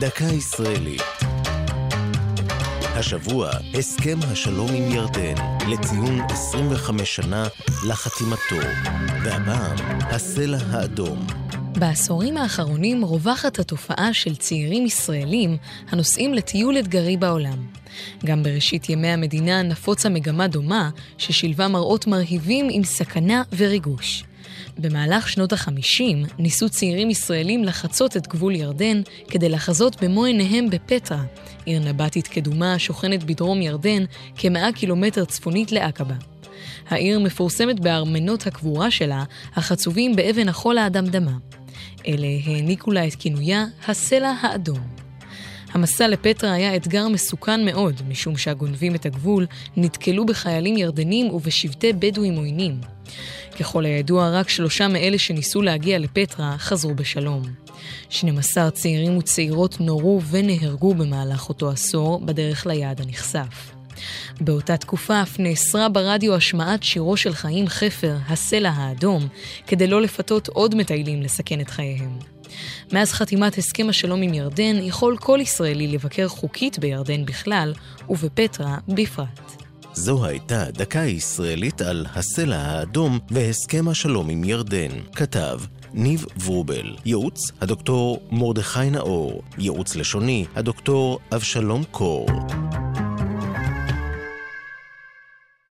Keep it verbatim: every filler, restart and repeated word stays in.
דקה ישראלית. השבוע, הסכם השלום עם ירדן, לציון עשרים וחמש שנה לחתימתו. והפעם, הסלע האדום. בעשורים האחרונים רווחת התופעה של צעירים ישראלים הנוסעים לטיול אתגרי בעולם. גם בראשית ימי המדינה נפוצה מגמה דומה ששילבה מראות מרהיבים עם סכנה וריגוש. במהלך שנות החמישים ניסו צעירים ישראלים לחצות את גבול ירדן כדי לחזות במו עיניהם בפטרה, עיר נבטית קדומה שוכנת בדרום ירדן כמאה קילומטר צפונית לעקבה. העיר מפורסמת בארמנות הקבורה שלה, החצובים באבן החול האדמדמה. אלה העניקו לה את כינויה הסלע האדום. המסע לפטרה היה אתגר מסוכן מאוד, משום שהגונבים את הגבול נתקלו בחיילים ירדנים ובשבטי בדואים עוינים. ככל הידוע, רק שלושה מאלה שניסו להגיע לפטרה חזרו בשלום. שנים עשר צעירים וצעירות נורו ונהרגו במהלך אותו עשור בדרך ליעד הנחשף. באותה תקופה אף נאסרה ברדיו השמעת שירו של חיים חפר, הסלע האדום, כדי לא לפתות עוד מטיילים לסכן את חייהם. מאז חתימת הסכם השלום עם ירדן, יכול כל ישראלי לבקר חוקית בירדן בכלל, ובפטרה בפרט. זו הייתה דקה ישראלית על הסלע האדום והסכם השלום עם ירדן. כתב ניב ורובל, ייעוץ הדוקטור מרדכי נאור, ייעוץ לשוני הדוקטור אבשלום קור.